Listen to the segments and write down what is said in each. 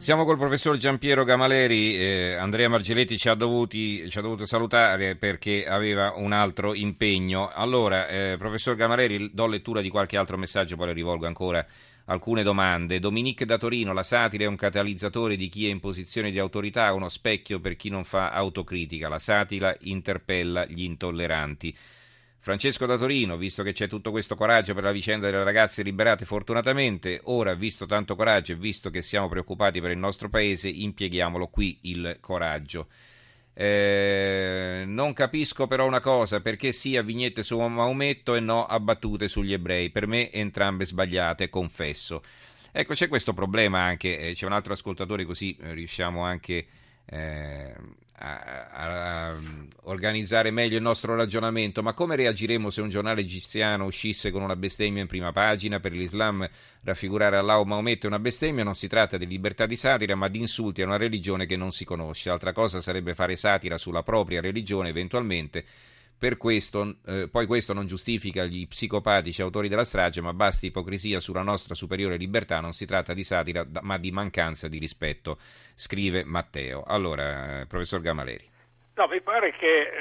Siamo col professor Giampiero Gamaleri. Andrea Margelletti ci ha dovuto salutare perché aveva un altro impegno. Allora, professor Gamaleri, do lettura di qualche altro messaggio, poi le rivolgo ancora alcune domande. Dominique da Torino: la satira è un catalizzatore di chi è in posizione di autorità, uno specchio per chi non fa autocritica. La satira interpella gli intolleranti. Francesco da Torino: visto che c'è tutto questo coraggio per la vicenda delle ragazze liberate fortunatamente, ora, visto tanto coraggio e visto che siamo preoccupati per il nostro paese, impieghiamolo qui il coraggio. Non capisco però una cosa: perché sì a vignette su Maometto e no a battute sugli ebrei? Per me entrambe sbagliate, confesso. Ecco, c'è questo problema anche, c'è un altro ascoltatore, così riusciamo anche a organizzare meglio il nostro ragionamento. Ma come reagiremo se un giornale egiziano uscisse con una bestemmia in prima pagina? Per l'Islam raffigurare Allah o Maometto è una bestemmia. Non si tratta di libertà di satira, ma di insulti a una religione che non si conosce. Altra cosa sarebbe fare satira sulla propria religione eventualmente. Per questo, poi questo non giustifica gli psicopatici autori della strage, ma basta ipocrisia sulla nostra superiore libertà. Non si tratta di satira, ma di mancanza di rispetto, scrive Matteo. Allora, professor Gamaleri. No, mi pare che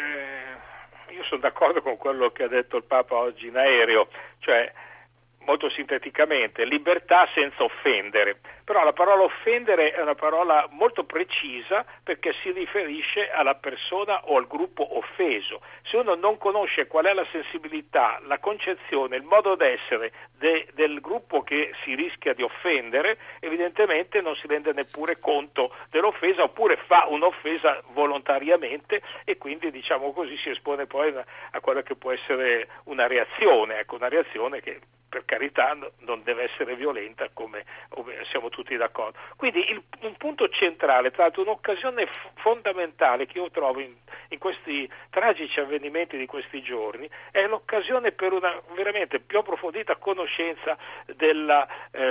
io sono d'accordo con quello che ha detto il Papa oggi in aereo, cioè molto sinteticamente, libertà senza offendere. Però la parola offendere è una parola molto precisa perché si riferisce alla persona o al gruppo offeso. Se uno non conosce qual è la sensibilità, la concezione, il modo d'essere del gruppo che si rischia di offendere, evidentemente non si rende neppure conto dell'offesa, oppure fa un'offesa volontariamente e quindi, diciamo così, si espone poi a quella che può essere una reazione, una reazione che per carità non deve essere violenta, come siamo tutti d'accordo. Quindi un punto centrale, tra l'altro un'occasione fondamentale che io trovo in questi tragici avvenimenti di questi giorni, è l'occasione per una veramente più approfondita conoscenza della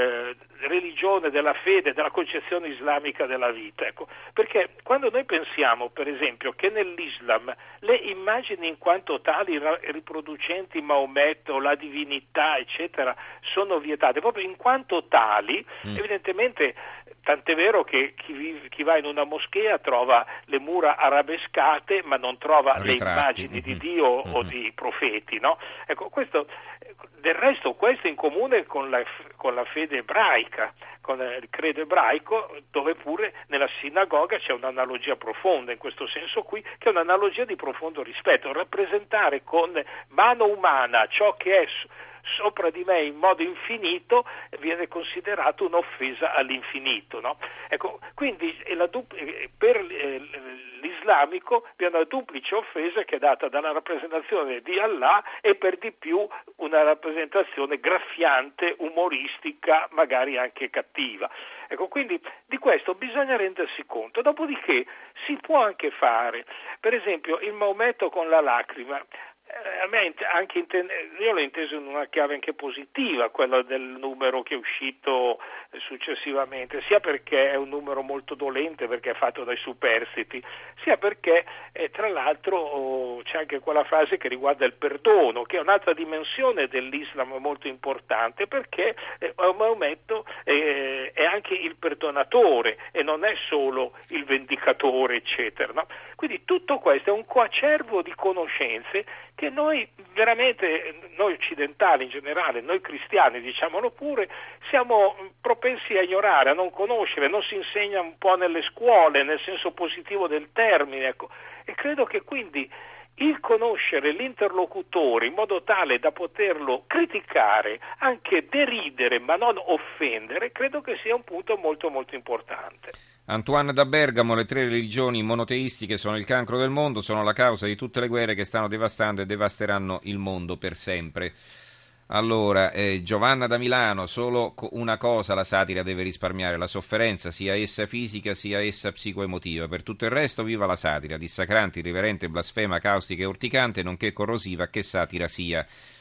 religione, della fede, della concezione islamica della vita. Ecco, perché quando noi pensiamo, per esempio, che nell'Islam le immagini in quanto tali riproducenti Maometto, la divinità, eccetera, sono vietate proprio in quanto tali, evidentemente, tant'è vero che chi va in una moschea trova le mura arabescate ma non trova le immagini di Dio o di profeti, no? Ecco, del resto questo in comune con la fede ebraica, con il credo ebraico, dove pure nella sinagoga c'è un'analogia profonda in questo senso qui, che è un'analogia di profondo rispetto, rappresentare con mano umana ciò che è sopra di me in modo infinito viene considerato un'offesa all'infinito, no? Ecco, quindi per l'islamico vi è una duplice offesa che è data dalla rappresentazione di Allah e per di più una rappresentazione graffiante, umoristica, magari anche cattiva. Ecco, quindi di questo bisogna rendersi conto. Dopodiché si può anche fare, per esempio, il Maometto con la lacrima. A me io l'ho inteso in una chiave anche positiva, quella del numero che è uscito successivamente, sia perché è un numero molto dolente perché è fatto dai superstiti, sia perché tra l'altro c'è anche quella frase che riguarda il perdono, che è un'altra dimensione dell'Islam molto importante, perché Maometto è anche il perdonatore e non è solo il vendicatore, eccetera, no? Quindi tutto questo è un coacervo di conoscenze che noi veramente, noi occidentali in generale, noi cristiani, diciamolo pure, siamo propensi a ignorare, a non conoscere, non si insegna un po' nelle scuole, nel senso positivo del termine, ecco. E credo che quindi il conoscere l'interlocutore in modo tale da poterlo criticare, anche deridere, ma non offendere, credo che sia un punto molto molto importante. Antoine da Bergamo: le 3 religioni monoteistiche sono il cancro del mondo, sono la causa di tutte le guerre che stanno devastando e devasteranno il mondo per sempre. Allora, Giovanna da Milano: solo una cosa la satira deve risparmiare, la sofferenza, sia essa fisica sia essa psicoemotiva. Per tutto il resto viva la satira, dissacrante, irriverente, blasfema, caustica e urticante, nonché corrosiva, che satira sia.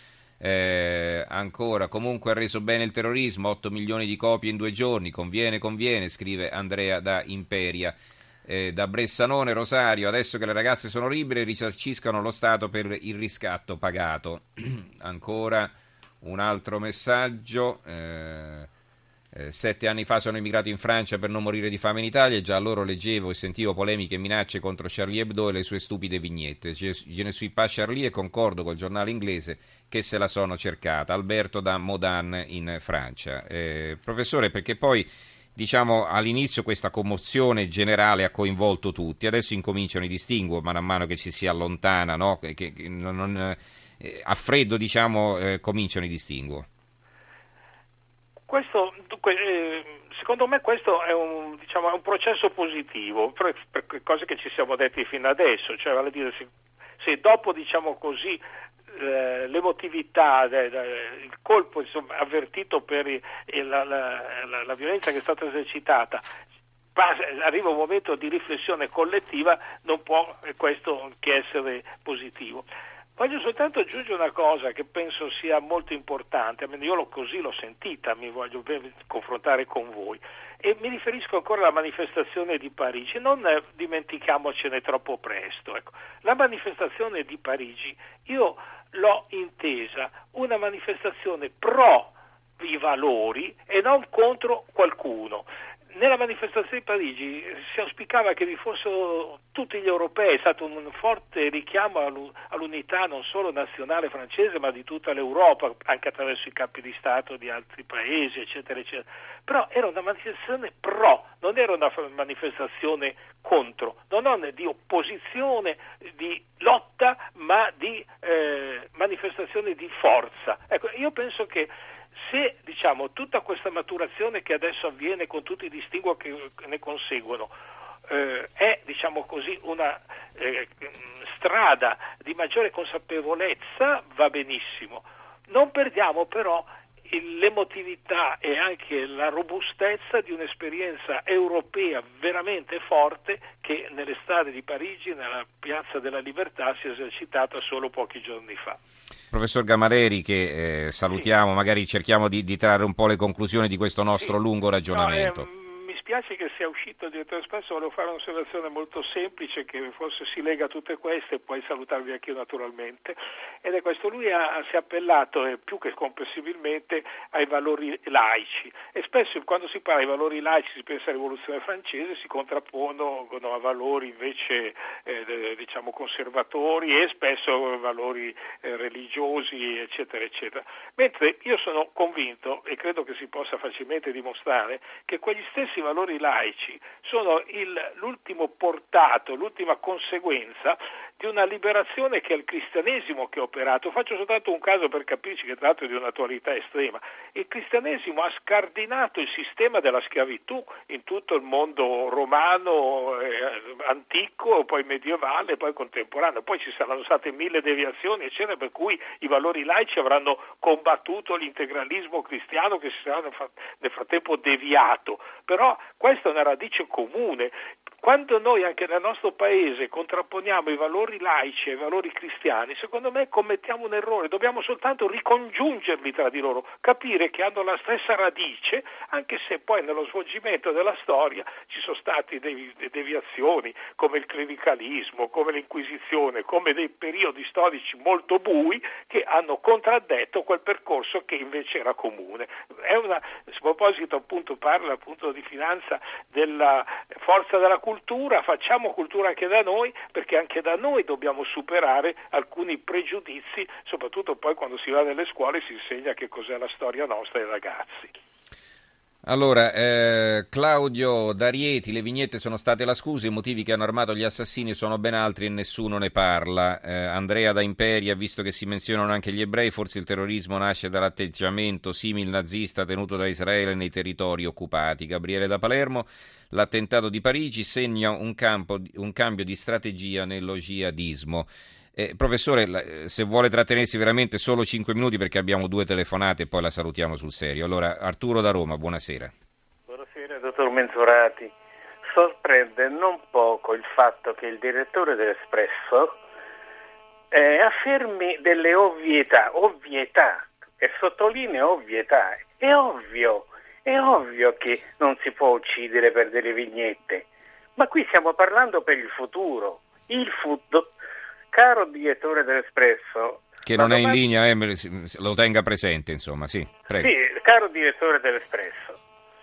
Ancora, comunque ha reso bene il terrorismo, 8 milioni di copie in 2 giorni, conviene, scrive Andrea da Imperia. Da Bressanone Rosario: adesso che le ragazze sono libere risarciscano lo Stato per il riscatto pagato. Ancora un altro messaggio, 7 anni fa sono emigrato in Francia per non morire di fame in Italia e già allora leggevo e sentivo polemiche e minacce contro Charlie Hebdo e le sue stupide vignette. Je ne suis pas Charlie e concordo col giornale inglese che se la sono cercata. Alberto da Modan in Francia. Professore, perché poi diciamo all'inizio questa commozione generale ha coinvolto tutti, adesso incominciano i distinguo man mano che ci si allontana, no? A freddo diciamo cominciano i distinguo. Questo, secondo me questo è un processo positivo per cose che ci siamo detti fino adesso, cioè vale a dire se dopo l'emotività, il colpo avvertito per la violenza che è stata esercitata, arriva un momento di riflessione collettiva, non può questo che essere positivo. Voglio soltanto aggiungere una cosa che penso sia molto importante, io così l'ho sentita, mi voglio confrontare con voi e mi riferisco ancora alla manifestazione di Parigi, non dimentichiamocene troppo presto. Ecco. La manifestazione di Parigi io l'ho intesa una manifestazione pro i valori e non contro qualcuno. Nella manifestazione di Parigi si auspicava che vi fossero tutti gli europei, è stato un forte richiamo all'unità non solo nazionale francese ma di tutta l'Europa, anche attraverso i capi di Stato di altri paesi, eccetera, eccetera. Però era una manifestazione pro, non era una manifestazione contro, non di opposizione, di lotta, ma di manifestazione di forza. Ecco, io penso che se tutta questa maturazione che adesso avviene con tutti i distinguo che ne conseguono è una strada di maggiore consapevolezza, va benissimo. Non perdiamo però l'emotività e anche la robustezza di un'esperienza europea veramente forte che nelle strade di Parigi, nella Piazza della Libertà, si è esercitata solo pochi giorni fa. Professor Gamaleri, che salutiamo, sì. Magari cerchiamo di trarre un po' le conclusioni di questo nostro lungo ragionamento. No, mi spiace che sia uscito il direttore Espresso, volevo fare un'osservazione molto semplice che forse si lega a tutte queste e poi salutarvi anch'io naturalmente, ed è questo: lui si è appellato più che comprensibilmente ai valori laici e spesso quando si parla di valori laici si pensa alla rivoluzione francese, si contrappongono a valori invece conservatori e spesso valori religiosi eccetera eccetera, mentre io sono convinto e credo che si possa facilmente dimostrare che quegli stessi valori laici sono l'ultimo portato, l'ultima conseguenza di una liberazione che è il cristianesimo che ha operato. Faccio soltanto un caso per capirci che tra l'altro è di un'attualità estrema. Il cristianesimo ha scardinato il sistema della schiavitù in tutto il mondo romano, antico, poi medievale, poi contemporaneo. Poi ci saranno state 1000 deviazioni, eccetera, per cui i valori laici avranno combattuto l'integralismo cristiano che si sarà nel frattempo deviato. Però questa è una radice comune. Quando noi anche nel nostro paese contrapponiamo i valori laici ai valori cristiani, secondo me commettiamo un errore, dobbiamo soltanto ricongiungerli tra di loro, capire che hanno la stessa radice, anche se poi nello svolgimento della storia ci sono state deviazioni come il clericalismo, come l'Inquisizione, come dei periodi storici molto bui che hanno contraddetto quel percorso che invece era comune. A proposito appunto parla appunto di finanza della forza della cultura, facciamo cultura anche da noi, perché anche da noi dobbiamo superare alcuni pregiudizi, soprattutto poi quando si va nelle scuole e si insegna che cos'è la storia nostra ai ragazzi. Allora, Claudio D'Arieti, le vignette sono state la scusa, i motivi che hanno armato gli assassini sono ben altri e nessuno ne parla. Andrea da Imperia, visto che si menzionano anche gli ebrei, forse il terrorismo nasce dall'atteggiamento simil nazista tenuto da Israele nei territori occupati. Gabriele da Palermo, l'attentato di Parigi segna un cambio di strategia nello jihadismo. Professore, se vuole trattenersi veramente solo 5 minuti perché abbiamo 2 telefonate e poi la salutiamo sul serio. Allora, Arturo da Roma, buonasera. Buonasera, dottor Mensurati. Sorprende non poco il fatto che il direttore dell'Espresso affermi delle ovvietà, e sottolinea ovvietà. È ovvio che non si può uccidere per delle vignette, ma qui stiamo parlando per il futuro. Caro direttore dell'Espresso, che non è in linea, lo tenga presente, insomma, sì, prego. Sì, caro direttore dell'Espresso,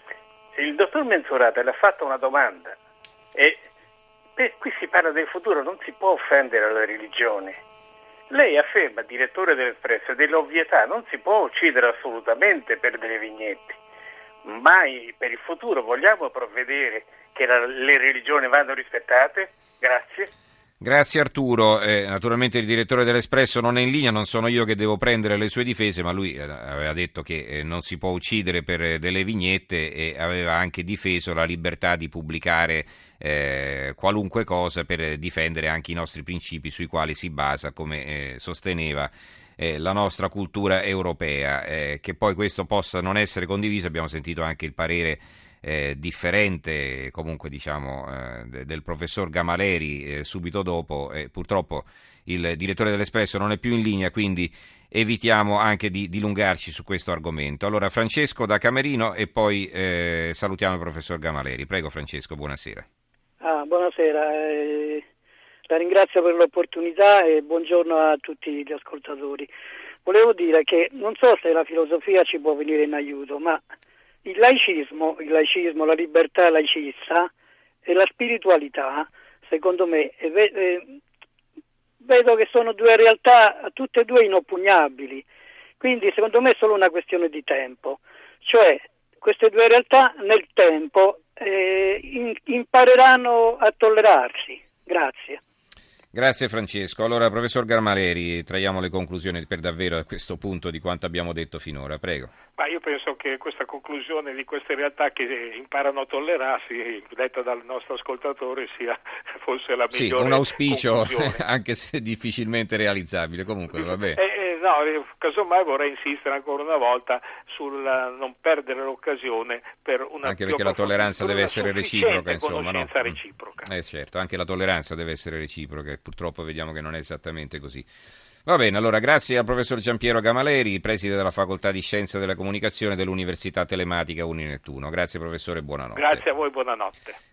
il dottor Mensurata le ha fatto una domanda e qui si parla del futuro, non si può offendere la religione. Lei afferma, direttore dell'Espresso, dell'ovvietà, non si può uccidere assolutamente per delle vignette, mai per il futuro vogliamo provvedere che le religioni vanno rispettate? Grazie. Grazie Arturo, naturalmente il direttore dell'Espresso non è in linea, non sono io che devo prendere le sue difese, ma lui aveva detto che non si può uccidere per delle vignette e aveva anche difeso la libertà di pubblicare qualunque cosa per difendere anche i nostri principi sui quali si basa, come sosteneva la nostra cultura europea. Che poi questo possa non essere condiviso, abbiamo sentito anche il parere differente comunque del professor Gamaleri subito dopo. Purtroppo il direttore dell'Espresso non è più in linea, quindi evitiamo anche di dilungarci su questo argomento. Allora Francesco da Camerino e poi salutiamo il professor Gamaleri. Prego Francesco, buonasera. Buonasera, la ringrazio per l'opportunità e buongiorno a tutti gli ascoltatori. Volevo dire che non so se la filosofia ci può venire in aiuto, ma il laicismo, la libertà laicista e la spiritualità, secondo me, vedo che sono due realtà tutte e due inoppugnabili, quindi secondo me è solo una questione di tempo, cioè queste due realtà nel tempo impareranno a tollerarsi. Grazie. Grazie Francesco. Allora professor Gamaleri, traiamo le conclusioni per davvero a questo punto di quanto abbiamo detto finora, prego. Ma io penso che questa conclusione di queste realtà che imparano a tollerarsi, detta dal nostro ascoltatore, sia forse la migliore. Sì, un auspicio anche se difficilmente realizzabile, comunque vabbè. No, casomai vorrei insistere ancora una volta sul non perdere l'occasione per una anche perché la tolleranza deve essere reciproca, insomma, no? Reciproca. Certo, anche la tolleranza deve essere reciproca e purtroppo vediamo che non è esattamente così. Va bene, allora grazie al professor Giampiero Gamaleri, preside della Facoltà di Scienze della Comunicazione dell'Università Telematica Uninettuno. Grazie professore, buonanotte. Grazie a voi, buonanotte.